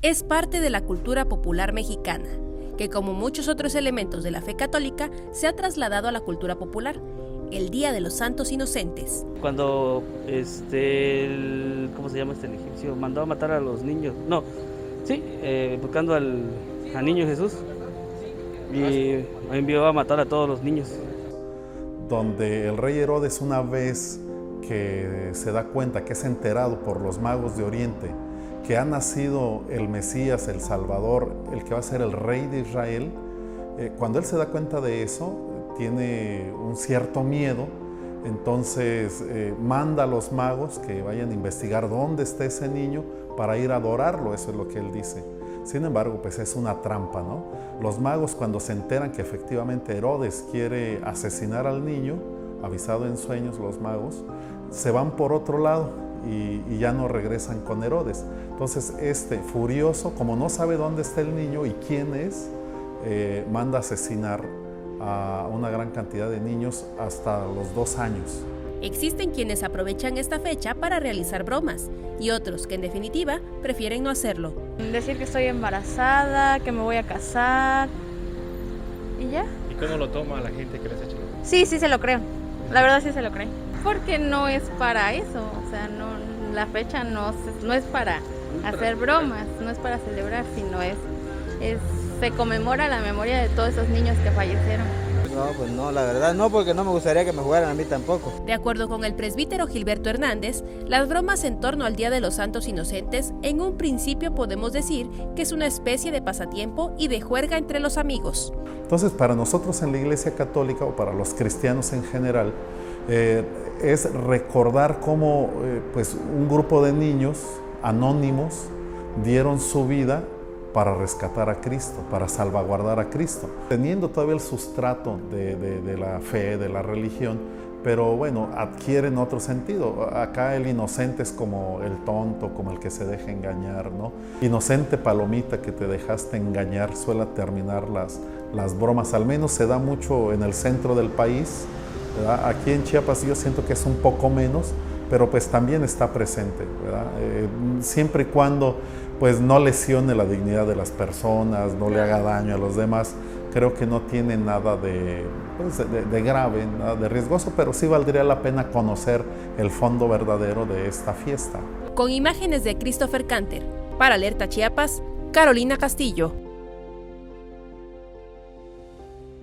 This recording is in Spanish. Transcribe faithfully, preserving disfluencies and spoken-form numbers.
es parte de la cultura popular mexicana, que como muchos otros elementos de la fe católica se ha trasladado a la cultura popular. El Día de los Santos Inocentes. Cuando este, el, ¿cómo se llama este el egipcio? Mandó a matar a los niños, no, sí, eh, buscando al a niño Jesús y envió a matar a todos los niños. Donde el rey Herodes, una vez que se da cuenta, que es enterado por los magos de Oriente, que ha nacido el Mesías, el Salvador, el que va a ser el rey de Israel, eh, cuando él se da cuenta de eso, tiene un cierto miedo, entonces eh, manda a los magos que vayan a investigar dónde está ese niño para ir a adorarlo, eso es lo que él dice. Sin embargo, pues es una trampa, ¿no? Los magos, cuando se enteran que efectivamente Herodes quiere asesinar al niño, avisado en sueños los magos, se van por otro lado y, y ya no regresan con Herodes. Entonces este, furioso, como no sabe dónde está el niño y quién es, eh, manda asesinar a una gran cantidad de niños hasta los dos años. Existen quienes aprovechan esta fecha para realizar bromas y otros que en definitiva prefieren no hacerlo. Decir que estoy embarazada, que me voy a casar y ya. ¿Y cómo lo toma la gente que les ha hecho? Sí, sí se lo creo. La verdad sí se lo cree. Porque no es para eso, o sea, no, la fecha no, no es para hacer bromas, no es para celebrar, sino es, es se conmemora la memoria de todos esos niños que fallecieron. No, pues no, la verdad no, porque no me gustaría que me jugaran a mí tampoco. De acuerdo con el presbítero Gilberto Hernández, las bromas en torno al Día de los Santos Inocentes, en un principio podemos decir que es una especie de pasatiempo y de juerga entre los amigos. Entonces, para nosotros en la Iglesia Católica, o para los cristianos en general, eh, es recordar cómo eh, pues, un grupo de niños anónimos dieron su vida para rescatar a Cristo, para salvaguardar a Cristo, teniendo todavía el sustrato de, de, de la fe, de la religión, pero bueno, adquieren otro sentido. Acá el inocente es como el tonto, como el que se deja engañar, ¿no? Inocente palomita que te dejaste engañar, suele terminar las, las bromas, al menos se da mucho en el centro del país, ¿verdad? Aquí en Chiapas yo siento que es un poco menos, pero pues también está presente, ¿verdad? Eh, siempre y cuando pues no lesione la dignidad de las personas, no le haga daño a los demás, creo que no tiene nada de, pues, de, de grave, nada de riesgoso, pero sí valdría la pena conocer el fondo verdadero de esta fiesta. Con imágenes de Christopher Canter, para Alerta Chiapas, Carolina Castillo.